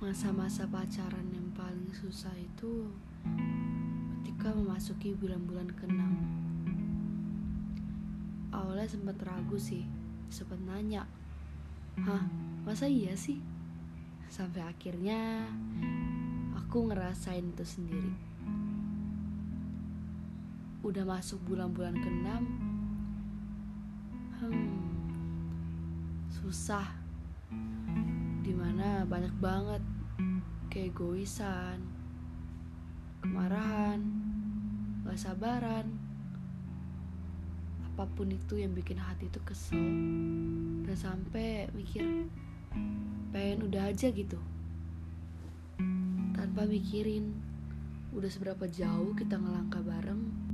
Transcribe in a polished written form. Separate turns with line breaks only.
Masa-masa pacaran yang paling susah itu ketika memasuki bulan-bulan ke-6. Awalnya sempat ragu sih, sempat nanya, "Hah, masa iya sih?" Sampai akhirnya aku ngerasain itu sendiri. Udah masuk bulan-bulan ke-6, susah. Dimana banyak banget keegoisan, kemarahan, gak sabaran, apapun itu yang bikin hati itu kesel. Dan sampai mikir pengen udah aja gitu, tanpa mikirin udah seberapa jauh kita ngelangkah bareng